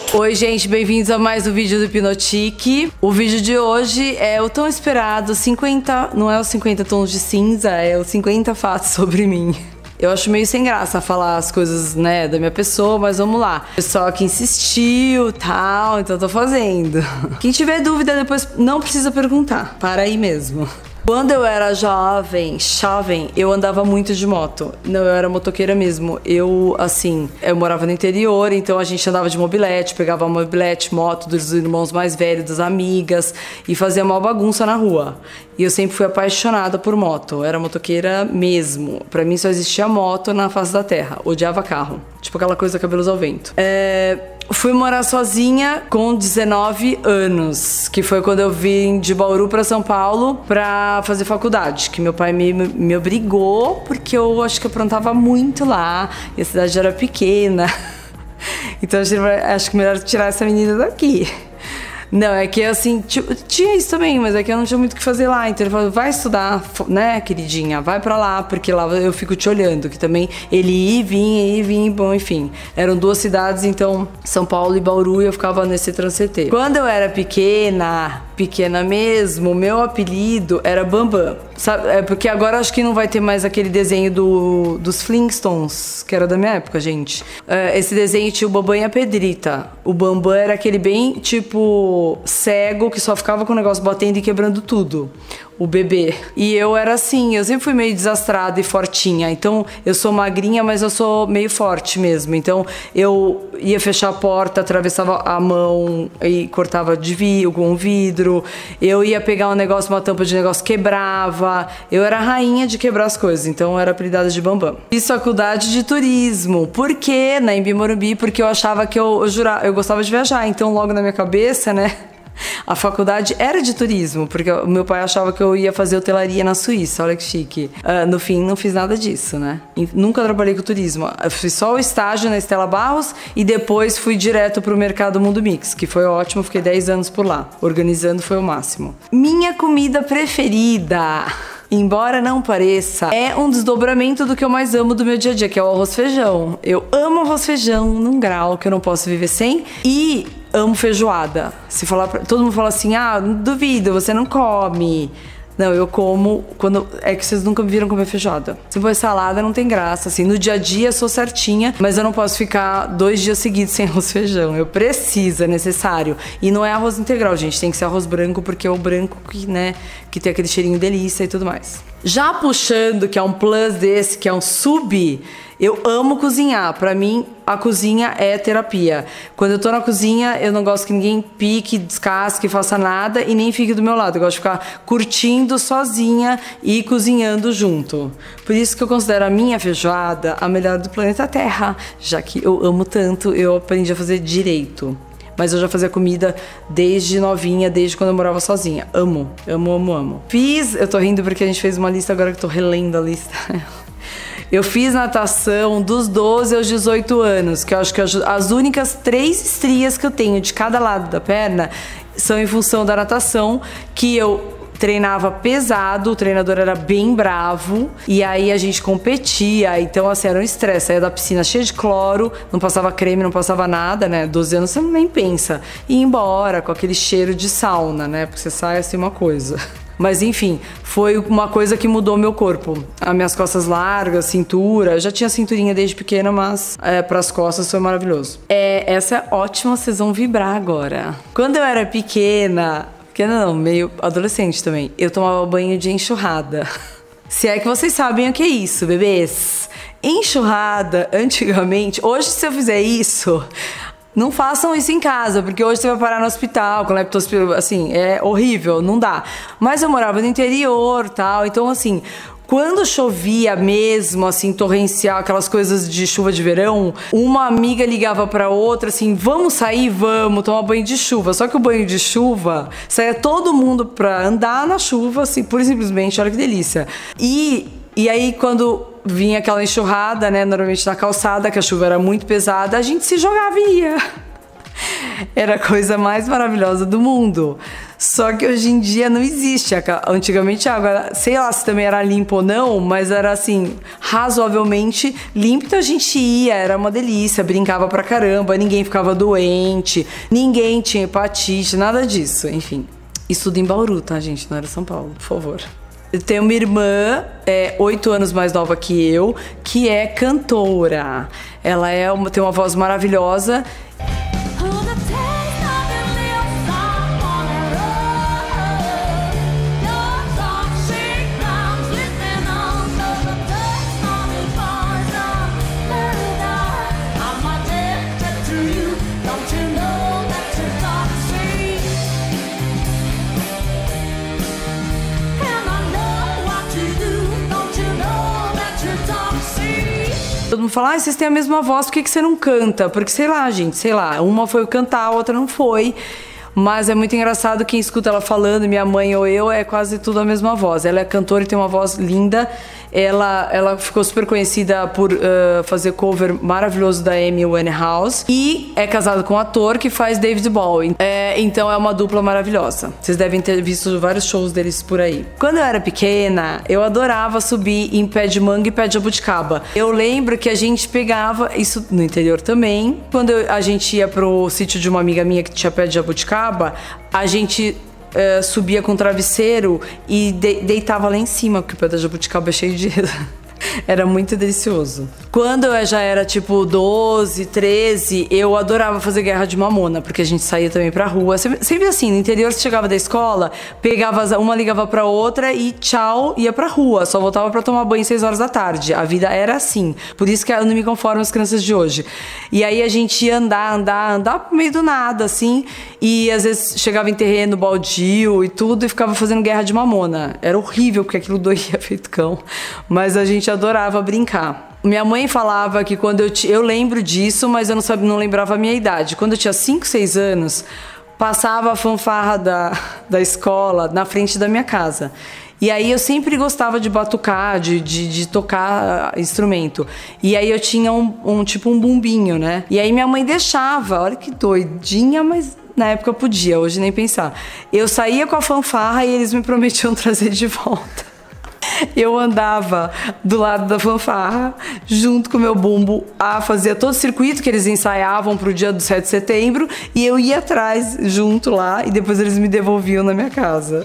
Oi gente, bem-vindos a mais um vídeo do Hipnotique. O vídeo de hoje é o tão esperado 50, não é os 50 tons de cinza, é os 50 fatos sobre mim. Eu acho meio sem graça falar as coisas, né, da minha pessoa, mas vamos lá. O pessoal que insistiu, tal, então eu tô fazendo. Quem tiver dúvida depois não precisa perguntar, para aí mesmo. Quando eu era jovem, eu andava muito de moto. Não, eu era motoqueira mesmo. Eu morava no interior, então a gente andava de mobilete, pegava mobilete, moto dos irmãos mais velhos, das amigas, e fazia uma bagunça na rua. E eu sempre fui apaixonada por moto. Eu era motoqueira mesmo. Pra mim só existia moto na face da terra. Odiava carro. Tipo aquela coisa cabelos ao vento. Fui morar sozinha com 19 anos, que foi quando eu vim de Bauru pra São Paulo pra fazer faculdade, que meu pai me obrigou, porque eu acho que eu aprontava muito lá, e a cidade era pequena. Então acho que melhor tirar essa menina daqui. Não, é que assim, tinha isso também, mas é que eu não tinha muito o que fazer lá. Então ele falou, vai estudar, né, queridinha, vai pra lá, porque lá eu fico te olhando. Que também ele ia e vinha, bom, enfim. Eram duas cidades, então São Paulo e Bauru, e eu ficava nesse transcetê. Quando eu era pequena mesmo, meu apelido era Bambam. Sabe? É porque agora acho que não vai ter mais aquele desenho dos Flintstones, que era da minha época, gente. Esse desenho tinha o Bambam e a Pedrita. O Bambam era aquele bem, tipo, cego, que só ficava com o negócio batendo e quebrando tudo. O bebê. E eu era assim, eu sempre fui meio desastrada e fortinha. Então, eu sou magrinha, mas eu sou meio forte mesmo. Então, eu ia fechar a porta, atravessava a mão e cortava com um vidro. Eu ia pegar um negócio, uma tampa de negócio, quebrava. Eu era a rainha de quebrar as coisas. Então, eu era apelidada de Bambam. Fiz faculdade de turismo. Por quê? Na Embi Morumbi, porque eu achava que eu gostava de viajar. Então, logo na minha cabeça, né? A faculdade era de turismo, porque o meu pai achava que eu ia fazer hotelaria na Suíça, olha que chique. No fim, não fiz nada disso, né? Nunca trabalhei com turismo. Eu fiz só o estágio na Estela Barros e depois fui direto pro Mercado Mundo Mix, que foi ótimo, fiquei 10 anos por lá. Organizando foi o máximo. Minha comida preferida, embora não pareça, é um desdobramento do que eu mais amo do meu dia a dia, que é o arroz feijão. Eu amo arroz feijão num grau que eu não posso viver sem. E amo feijoada. Se falar todo mundo fala assim, duvido, você não come. Não, eu como quando... É que vocês nunca me viram comer feijoada. Se for salada, não tem graça, assim. No dia a dia, sou certinha, mas eu não posso ficar 2 dias seguidos sem arroz feijão. Eu preciso, é necessário. E não é arroz integral, gente. Tem que ser arroz branco, porque é o branco que, né, que tem aquele cheirinho delícia e tudo mais. Já puxando, que é um plus desse, que é um sub... Eu amo cozinhar. Pra mim, a cozinha é terapia. Quando eu tô na cozinha, eu não gosto que ninguém pique, descasque, faça nada e nem fique do meu lado. Eu gosto de ficar curtindo sozinha e cozinhando junto. Por isso que eu considero a minha feijoada a melhor do planeta Terra. Já que eu amo tanto, eu aprendi a fazer direito. Mas eu já fazia comida desde novinha, desde quando eu morava sozinha. Amo, amo, amo, amo. Eu tô rindo porque a gente fez uma lista agora que eu tô relendo a lista. Eu fiz natação dos 12 aos 18 anos, que eu acho que as únicas 3 estrias que eu tenho de cada lado da perna são em função da natação, que eu treinava pesado, o treinador era bem bravo, e aí a gente competia, então assim, era um estresse, saía da piscina cheia de cloro, não passava creme, não passava nada, né, 12 anos você nem pensa, e ia embora com aquele cheiro de sauna, né, porque você sai assim uma coisa. Mas enfim, foi uma coisa que mudou meu corpo. As minhas costas largas, cintura. Eu já tinha cinturinha desde pequena, mas pras costas foi maravilhoso. Essa é ótima, vocês vão vibrar agora. Quando eu era pequena não, meio adolescente também, eu tomava banho de enxurrada. Se é que vocês sabem o que é isso, bebês. Enxurrada, antigamente, hoje se eu fizer isso... Não façam isso em casa, porque hoje você vai parar no hospital, com leptospirose, assim, é horrível, não dá. Mas eu morava no interior, tal, então assim, quando chovia mesmo, assim, torrencial, aquelas coisas de chuva de verão, uma amiga ligava pra outra, assim, vamos sair, vamos tomar banho de chuva. Só que o banho de chuva, saía todo mundo pra andar na chuva, assim, pura e simplesmente, olha que delícia. E aí, quando vinha aquela enxurrada, né, normalmente na calçada, que a chuva era muito pesada, a gente se jogava e ia. Era a coisa mais maravilhosa do mundo. Só que hoje em dia não existe. Antigamente a água, sei lá se também era limpa ou não, mas era assim, razoavelmente limpa. Então a gente ia, era uma delícia, brincava pra caramba, ninguém ficava doente, ninguém tinha hepatite, nada disso. Enfim, isso tudo em Bauru, tá, gente? Não era São Paulo, por favor. Eu tenho uma irmã, 8 anos mais nova que eu, que é cantora. Ela tem uma voz maravilhosa. Todo mundo fala, vocês têm a mesma voz, por que você não canta? Porque, sei lá, gente, sei lá, uma foi cantar, a outra não foi. Mas é muito engraçado quem escuta ela falando, minha mãe ou eu, é quase tudo a mesma voz. Ela é cantora e tem uma voz linda. Ela ficou super conhecida por fazer cover maravilhoso da Amy Winehouse. E é casada com um ator que faz David Bowie. Então é uma dupla maravilhosa. Vocês devem ter visto vários shows deles por aí. Quando eu era pequena, eu adorava subir em pé de manga e pé de jabuticaba. Eu lembro que a gente pegava, isso no interior também, quando a gente ia pro sítio de uma amiga minha que tinha pé de jabuticaba, a gente subia com travesseiro e deitava lá em cima, porque o pé da jabuticaba é cheio de... Era muito delicioso. Quando eu já era tipo 12, 13, eu adorava fazer guerra de mamona, porque a gente saía também pra rua. Sempre assim, no interior você chegava da escola, pegava uma, ligava pra outra e tchau, ia pra rua. Só voltava pra tomar banho 6 horas da tarde. A vida era assim. Por isso que eu não me conformo as crianças de hoje. E aí a gente ia andar pro meio do nada, assim. E às vezes chegava em terreno baldio e tudo e ficava fazendo guerra de mamona. Era horrível, porque aquilo doía feito cão. Mas a gente adorava brincar. Minha mãe falava que quando eu lembro disso, mas eu não lembrava a minha idade. Quando eu tinha 5, 6 anos, passava a fanfarra da escola na frente da minha casa. E aí eu sempre gostava de batucar, de tocar instrumento. E aí eu tinha tipo um bumbinho, né? E aí minha mãe deixava, olha que doidinha, mas na época eu podia, hoje nem pensar. Eu saía com a fanfarra e eles me prometiam trazer de volta. Eu andava do lado da fanfarra, junto com o meu bumbo, fazia todo o circuito que eles ensaiavam pro dia do 7 de setembro, e eu ia atrás, junto lá, e depois eles me devolviam na minha casa.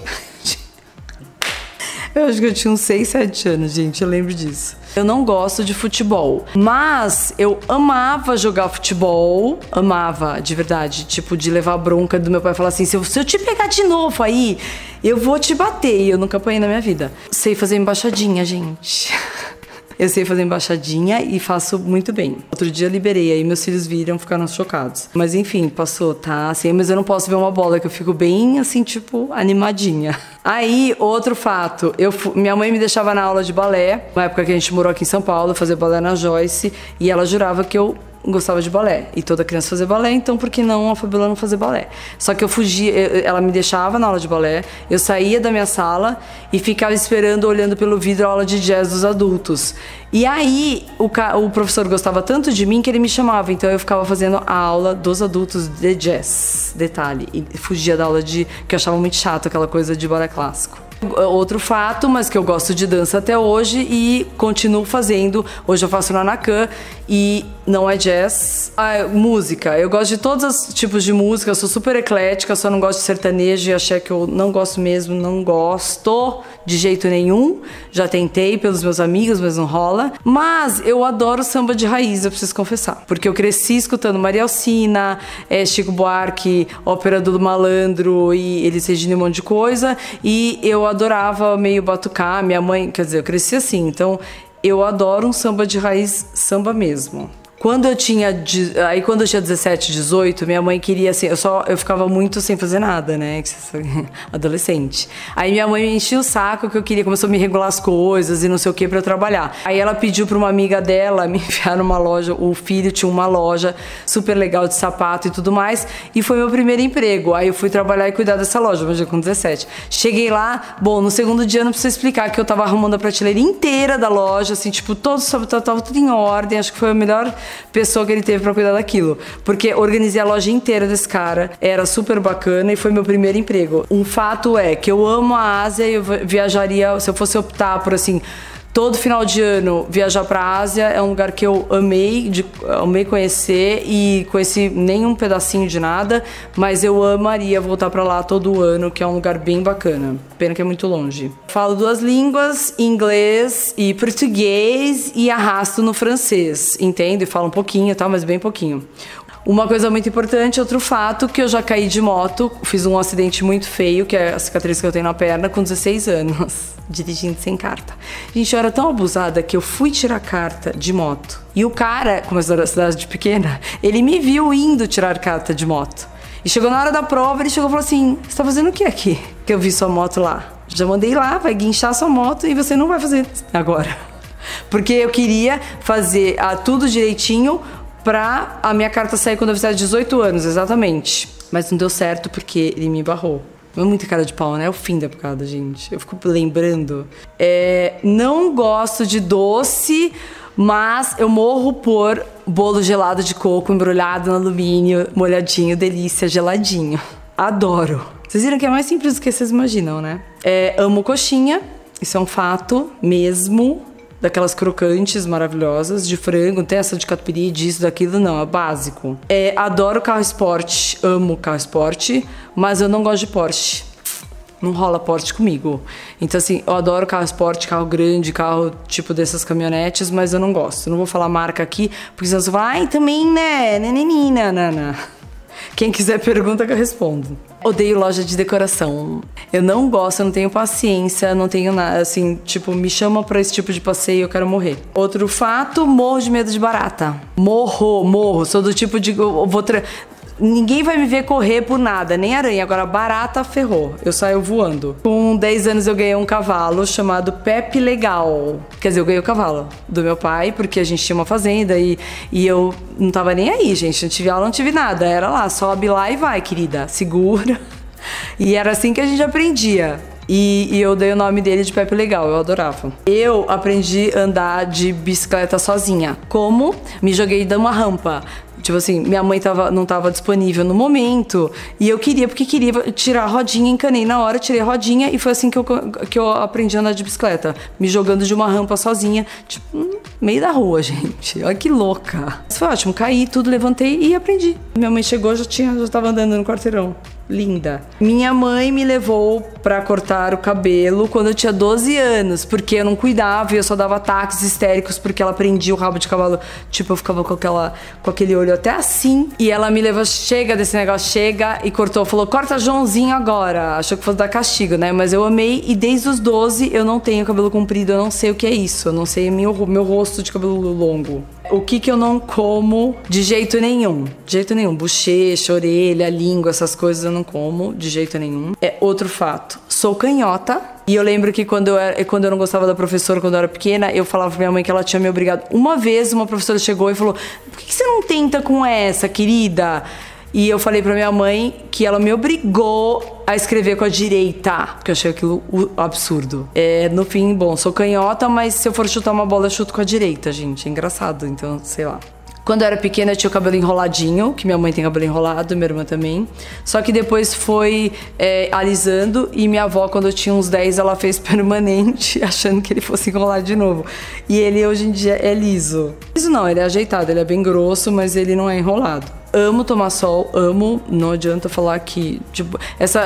Eu acho que eu tinha uns 6, 7 anos, gente, eu lembro disso. Eu não gosto de futebol, mas eu amava jogar futebol, amava, de verdade, tipo, de levar bronca do meu pai e falar assim, se eu te pegar de novo aí, eu vou te bater. E eu nunca apanhei na minha vida. Sei fazer embaixadinha, gente. Eu sei fazer embaixadinha e faço muito bem. Outro dia eu liberei, aí meus filhos viram, ficaram chocados. Mas enfim, passou, tá? Assim, mas eu não posso ver uma bola, que eu fico bem, assim, tipo, animadinha. Aí, outro fato, minha mãe me deixava na aula de balé, na época que a gente morou aqui em São Paulo, fazer balé na Joyce, e ela jurava que eu gostava de balé. E toda criança fazia balé, então por que não a Fabiola não fazer balé? Só que eu fugia, ela me deixava na aula de balé, eu saía da minha sala e ficava esperando, olhando pelo vidro, a aula de jazz dos adultos. E aí, o professor gostava tanto de mim que ele me chamava, então eu ficava fazendo a aula dos adultos de jazz, detalhe, e fugia da aula que eu achava muito chato, aquela coisa de balé clássico. Outro fato, mas que eu gosto de dança até hoje e continuo fazendo. Hoje eu faço na Nakan e não é jazz. Música, eu gosto de todos os tipos de música, eu sou super eclética, só não gosto de sertanejo e axé, que eu não gosto mesmo, não gosto de jeito nenhum. Já tentei pelos meus amigos, mas não rola. Mas eu adoro samba de raiz, eu preciso confessar, porque eu cresci escutando Maria Alcina, Chico Buarque, Ópera do Malandro e Elis Regina e um monte de coisa, e eu adorava meio batucar. Minha mãe, quer dizer, eu cresci assim, então eu adoro um samba de raiz, samba mesmo. Quando eu tinha 17, 18, minha mãe queria, assim, eu ficava muito sem fazer nada, né, adolescente. Aí minha mãe me enchia o saco que eu queria, começou a me regular as coisas e não sei o que pra eu trabalhar. Aí ela pediu pra uma amiga dela me enfiar numa loja, o filho tinha uma loja super legal de sapato e tudo mais, e foi meu primeiro emprego. Aí eu fui trabalhar e cuidar dessa loja, mas já com 17. Cheguei lá, bom, no segundo dia não preciso explicar que eu tava arrumando a prateleira inteira da loja, assim, tipo, tava tudo em ordem, acho que foi a melhor pessoa que ele teve pra cuidar daquilo. Porque organizei a loja inteira desse cara, era super bacana e foi meu primeiro emprego. Um fato é que eu amo a Ásia e eu viajaria, se eu fosse optar por assim, todo final de ano viajar pra Ásia. É um lugar que eu amei conhecer e conheci nenhum pedacinho de nada, mas eu amaria voltar pra lá todo ano, que é um lugar bem bacana. Pena que é muito longe. Falo 2 línguas, inglês e português, e arrasto no francês, entende? E falo um pouquinho, tá? Mas bem pouquinho. Uma coisa muito importante, outro fato, que eu já caí de moto, fiz um acidente muito feio, que é a cicatriz que eu tenho na perna, com 16 anos, dirigindo sem carta. Gente, eu era tão abusada que eu fui tirar carta de moto. E o cara, como eu sou da cidade pequena, ele me viu indo tirar carta de moto. E chegou na hora da prova, ele chegou e falou assim, você tá fazendo o que aqui? Que eu vi sua moto lá. Já mandei lá, vai guinchar sua moto e você não vai fazer agora. Porque eu queria fazer tudo direitinho, pra a minha carta sair quando eu fizer 18 anos, exatamente. Mas não deu certo porque ele me barrou. É muita cara de pau, né? É o fim da picada, gente. Eu fico lembrando. Não gosto de doce, mas eu morro por bolo gelado de coco, embrulhado no alumínio, molhadinho, delícia, geladinho. Adoro. Vocês viram que é mais simples do que vocês imaginam, né? Amo coxinha, isso é um fato mesmo. Daquelas crocantes maravilhosas, de frango, tem essa de catupiry, disso, daquilo, não, é básico. Adoro carro esporte, amo carro esporte, mas eu não gosto de Porsche. Não rola Porsche comigo. Então, assim, eu adoro carro esporte, carro grande, carro tipo dessas caminhonetes, mas eu não gosto. Eu não vou falar marca aqui, porque senão você fala, ai, também, né, nenenina, nana. Quem quiser pergunta que eu respondo. Odeio loja de decoração. Eu não gosto, eu não tenho paciência, não tenho nada, assim, tipo, me chama pra esse tipo de passeio, eu quero morrer. Outro fato, morro de medo de barata. Morro. Sou do tipo de... Ninguém vai me ver correr por nada, nem aranha. Agora, barata ferrou. Eu saio voando. Com 10 anos eu ganhei um cavalo chamado Pepe Legal. Quer dizer, eu ganhei o cavalo do meu pai, porque a gente tinha uma fazenda e eu não tava nem aí, gente. Não tive aula, não tive nada. Era lá, sobe lá e vai, querida. Segura. E era assim que a gente aprendia. E eu dei o nome dele de Pepe Legal, eu adorava. Eu aprendi a andar de bicicleta sozinha. Como? Me joguei de uma rampa. Tipo assim, minha mãe não tava disponível no momento. E eu queria tirar a rodinha, encanei na hora, tirei a rodinha. E foi assim que eu aprendi a andar de bicicleta. Me jogando de uma rampa sozinha, tipo, no meio da rua, gente. Olha que louca. Isso foi ótimo, caí, tudo, levantei e aprendi. Minha mãe chegou, já tava andando no quarteirão. Linda. Minha mãe me levou pra cortar o cabelo quando eu tinha 12 anos, porque eu não cuidava e eu só dava ataques histéricos porque ela prendia o rabo de cavalo. Tipo, eu ficava com aquele olho até assim. E ela me levou, chega desse negócio, chega, e cortou. Falou, corta Joãozinho agora. Achou que fosse dar castigo, né? Mas eu amei e desde os 12 eu não tenho cabelo comprido, eu não sei o que é isso. Eu não sei meu rosto de cabelo longo. O que eu não como de jeito nenhum. De jeito nenhum. Bochecha, orelha, língua, essas coisas eu não como de jeito nenhum. Outro fato. Sou canhota. E eu lembro que quando eu não gostava da professora, quando eu era pequena, eu falava pra minha mãe que ela tinha me obrigado. Uma vez uma professora chegou e falou, por que você não tenta com essa, querida? E eu falei pra minha mãe que ela me obrigou a escrever com a direita, porque eu achei aquilo absurdo. No fim, bom, sou canhota, mas se eu for chutar uma bola, eu chuto com a direita, gente. É engraçado, então, sei lá. Quando eu era pequena, eu tinha o cabelo enroladinho, que minha mãe tem cabelo enrolado, minha irmã também. Só que depois foi alisando, e minha avó, quando eu tinha uns 10, ela fez permanente, achando que ele fosse enrolar de novo. E ele, hoje em dia, é liso. Liso não, ele é ajeitado, ele é bem grosso, mas ele não é enrolado. Amo tomar sol, amo, não adianta falar que, tipo, essa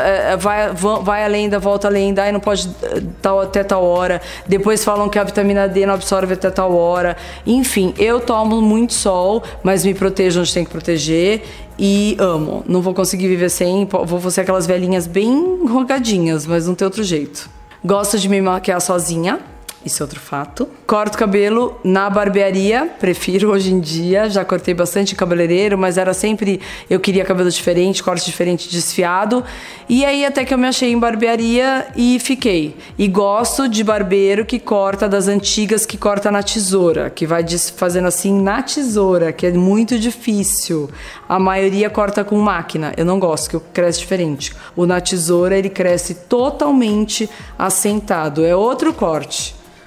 vai além da volta além da, não pode até tal hora. Depois falam que a vitamina D não absorve até tal hora. Enfim, eu tomo muito sol, mas me protejo onde tem que proteger e amo. Não vou conseguir viver sem, vou ser aquelas velhinhas bem enrugadinhas, mas não tem outro jeito. Gosto de me maquiar sozinha. Isso é outro fato. Corto cabelo na barbearia, prefiro hoje em dia. Já cortei bastante cabeleireiro, mas era sempre... Eu queria cabelo diferente, corte diferente, desfiado. E aí até que eu me achei em barbearia e fiquei. E gosto de barbeiro que corta das antigas, que corta na tesoura. Que vai fazendo assim na tesoura, que é muito difícil. A maioria corta com máquina. Eu não gosto, que cresce diferente. O na tesoura, ele cresce totalmente assentado. É outro corte.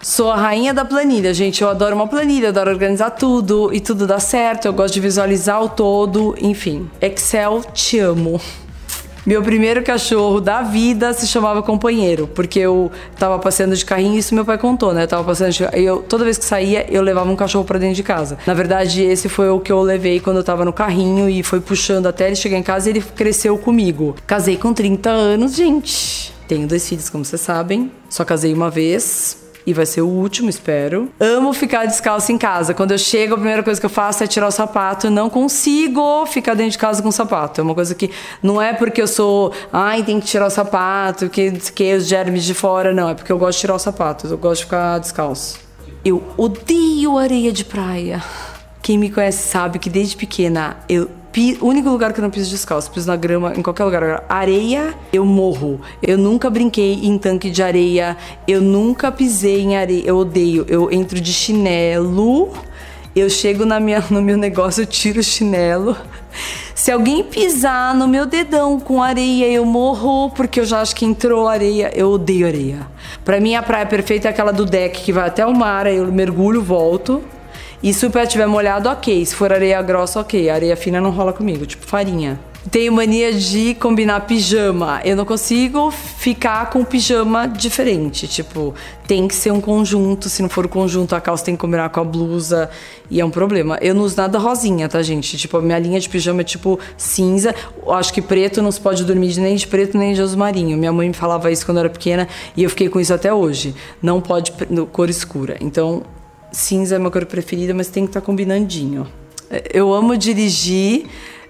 Sou a rainha da planilha, gente. Eu adoro uma planilha, adoro organizar tudo e tudo dá certo. Eu gosto de visualizar o todo, enfim. Excel, te amo. Meu primeiro cachorro da vida se chamava Companheiro, porque eu tava passeando de carrinho, isso meu pai contou, né? Eu tava passeando de carrinho, toda vez que saía, eu levava um cachorro pra dentro de casa. Na verdade, esse foi o que eu levei quando eu tava no carrinho e foi puxando até ele chegar em casa e ele cresceu comigo. Casei com 30 anos, gente. Tenho 2 filhos, como vocês sabem. Só casei uma vez. E vai ser o último, espero. Amo ficar descalço em casa. Quando eu chego, a primeira coisa que eu faço é tirar o sapato. Eu não consigo ficar dentro de casa com sapato. É uma coisa que não é porque eu sou... Ai, tem que tirar o sapato, que os germes de fora. Não, é porque eu gosto de tirar o sapato. Eu gosto de ficar descalço. Eu odeio areia de praia. Quem me conhece sabe que desde pequena o único lugar que eu não piso descalço, piso na grama, em qualquer lugar. Areia, eu morro. Eu nunca brinquei em tanque de areia. Eu nunca pisei em areia. Eu odeio. Eu entro de chinelo. Eu chego no meu negócio, eu tiro o chinelo. Se alguém pisar no meu dedão com areia, eu morro, porque eu já acho que entrou areia. Eu odeio areia. Pra mim, a praia perfeita é aquela do deck, que vai até o mar, aí eu mergulho, volto. E se o pé estiver molhado, ok. Se for areia grossa, ok. Areia fina não rola comigo, tipo farinha. Tenho mania de combinar pijama. Eu não consigo ficar com pijama diferente. Tipo, tem que ser um conjunto. Se não for o conjunto, a calça tem que combinar com a blusa. E é um problema. Eu não uso nada rosinha, tá, gente? Tipo, a minha linha de pijama é tipo cinza. Eu acho que preto não se pode dormir nem de preto nem de azul marinho. Minha mãe me falava isso quando eu era pequena e eu fiquei com isso até hoje. Não pode cor escura. Então... cinza é a minha cor preferida, mas tem que estar combinandinho. Eu amo dirigir,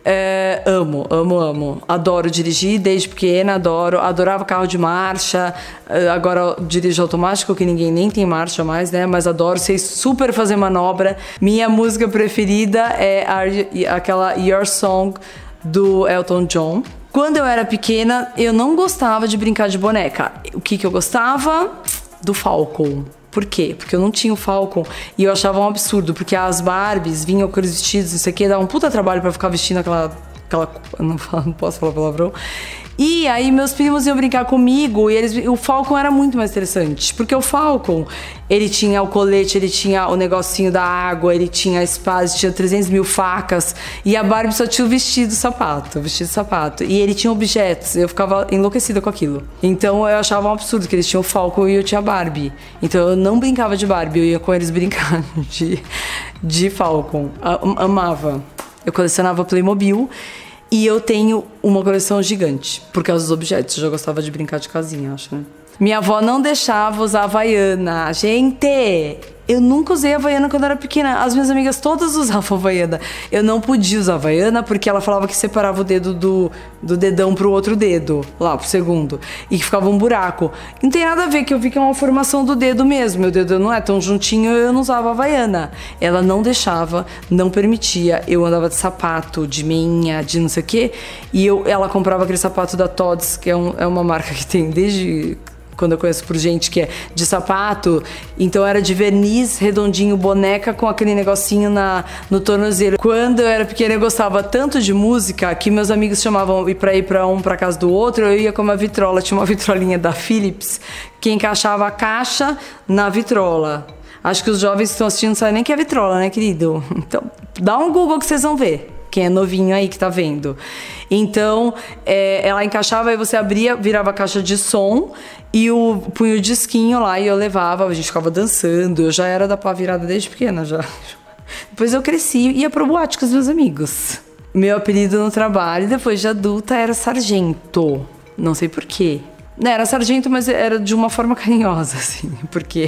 amo. Adoro dirigir, desde pequena, adorava carro de marcha, agora dirijo automático, que ninguém nem tem marcha mais, né? Mas adoro, sei super fazer manobra. Minha música preferida é aquela Your Song, do Elton John. Quando eu era pequena, eu não gostava de brincar de boneca. O que eu gostava? Do Falcon. Por quê? Porque eu não tinha o Falcon e eu achava um absurdo, porque as Barbies vinham com aqueles vestidos, não sei o que, dava um puta trabalho pra ficar vestindo aquela não posso falar palavrão. E aí meus primos iam brincar comigo e o Falcon era muito mais interessante, porque o Falcon, ele tinha o colete, ele tinha o negocinho da água, ele tinha a espada, tinha 300 mil facas, e a Barbie só tinha o vestido sapato, e ele tinha objetos, eu ficava enlouquecida com aquilo. Então eu achava um absurdo que eles tinham o Falcon e eu tinha a Barbie. Então eu não brincava de Barbie, eu ia com eles brincar de Falcon. Amava. Eu colecionava Playmobil. E eu tenho uma coleção gigante, por causa dos objetos. Eu já gostava de brincar de casinha, acho, né? Minha avó não deixava usar Havaiana. Gente, eu nunca usei Havaiana quando era pequena. As minhas amigas todas usavam Havaiana. Eu não podia usar Havaiana porque ela falava que separava o dedo do dedão pro outro dedo, lá pro segundo. E que ficava um buraco. Não tem nada a ver, que eu vi que é uma formação do dedo mesmo. Meu dedo não é tão juntinho, eu não usava Havaiana. Ela não deixava, não permitia. Eu andava de sapato, de meinha, de não sei o quê. E ela comprava aquele sapato da Tod's, que é uma marca que tem desde... quando eu conheço por gente que é de sapato, então era de verniz redondinho, boneca com aquele negocinho no tornozelo. Quando eu era pequena eu gostava tanto de música que meus amigos chamavam pra ir pra casa do outro, eu ia com uma vitrola, tinha uma vitrolinha da Philips que encaixava a caixa na vitrola. Acho que os jovens que estão assistindo não sabem nem que é vitrola, né, querido? Então, dá um Google que vocês vão ver. Quem é novinho aí que tá vendo. Então, ela encaixava e você abria, virava a caixa de som e punha o disquinho lá e eu levava, a gente ficava dançando. Eu já era da pá virada desde pequena, já. Depois eu cresci e ia pro boate com os meus amigos. Meu apelido no trabalho, depois de adulta, era Sargento. Não sei por quê. Era sargento, mas era de uma forma carinhosa, assim, porque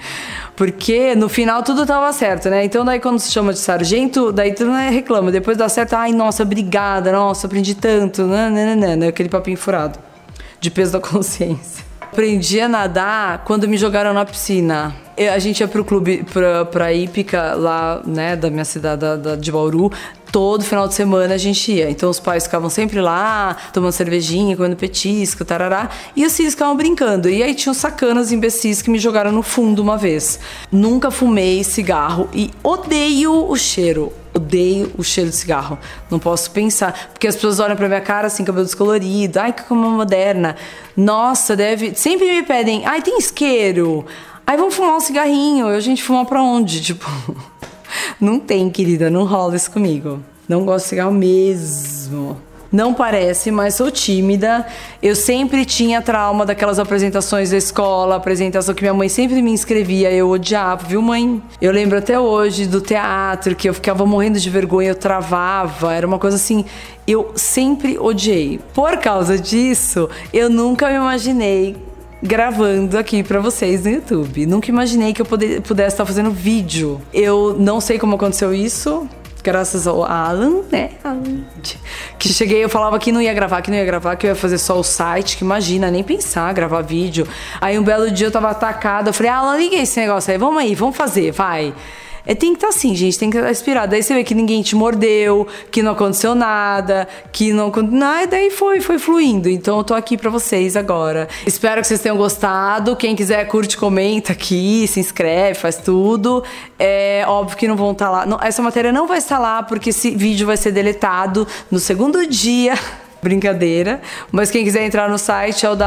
no final tudo tava certo, né? Então daí quando se chama de sargento, daí tu não reclama, depois dá certo, ai, nossa, obrigada, nossa, aprendi tanto, né? Aquele papinho furado, de peso da consciência. Aprendi a nadar quando me jogaram na piscina. A gente ia pro clube, pra Hípica, lá, né, da minha cidade, de Bauru. Todo final de semana a gente ia. Então os pais ficavam sempre lá, tomando cervejinha, comendo petisco, tarará. E os filhos ficavam brincando. E aí tinha uns sacanas imbecis que me jogaram no fundo uma vez. Nunca fumei cigarro e odeio o cheiro. Odeio o cheiro de cigarro. Não posso pensar. Porque as pessoas olham pra minha cara assim, cabelo descolorido. Ai, que como moderna. Nossa, deve... Sempre me pedem, ai, tem isqueiro? Aí vamos fumar um cigarrinho. A gente fuma pra onde? Tipo, não tem, querida, não rola isso comigo. Não gosto de cigarro mesmo. Não parece, mas sou tímida. Eu sempre tinha trauma daquelas apresentações da escola, apresentação que minha mãe sempre me inscrevia, eu odiava, viu, mãe? Eu lembro até hoje do teatro, que eu ficava morrendo de vergonha, eu travava, era uma coisa assim, eu sempre odiei. Por causa disso, eu nunca me imaginei gravando aqui pra vocês no YouTube. Nunca imaginei que eu pudesse estar fazendo vídeo. Eu não sei como aconteceu isso. Graças ao Alan, né? Que cheguei, eu falava que não ia gravar, que eu ia fazer só o site, que imagina, nem pensar, gravar vídeo. Aí um belo dia eu tava atacada, eu falei, Alan, liga esse negócio aí, vamos aí, vamos fazer, vai. Tem que estar assim, gente, tem que estar inspirado. Aí você vê que ninguém te mordeu, que não aconteceu nada, que não... E daí foi fluindo. Então eu tô aqui pra vocês agora. Espero que vocês tenham gostado. Quem quiser, curte, comenta aqui, se inscreve, faz tudo. É óbvio que não vão estar lá. Essa matéria não vai estar lá, porque esse vídeo vai ser deletado no segundo dia. Brincadeira. Mas quem quiser entrar no site é o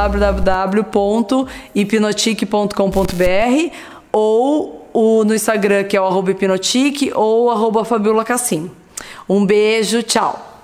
www.hipnotique.com.br ou no Instagram, que é o @hipnotique ou @Fabiola Cassim. Um beijo, tchau!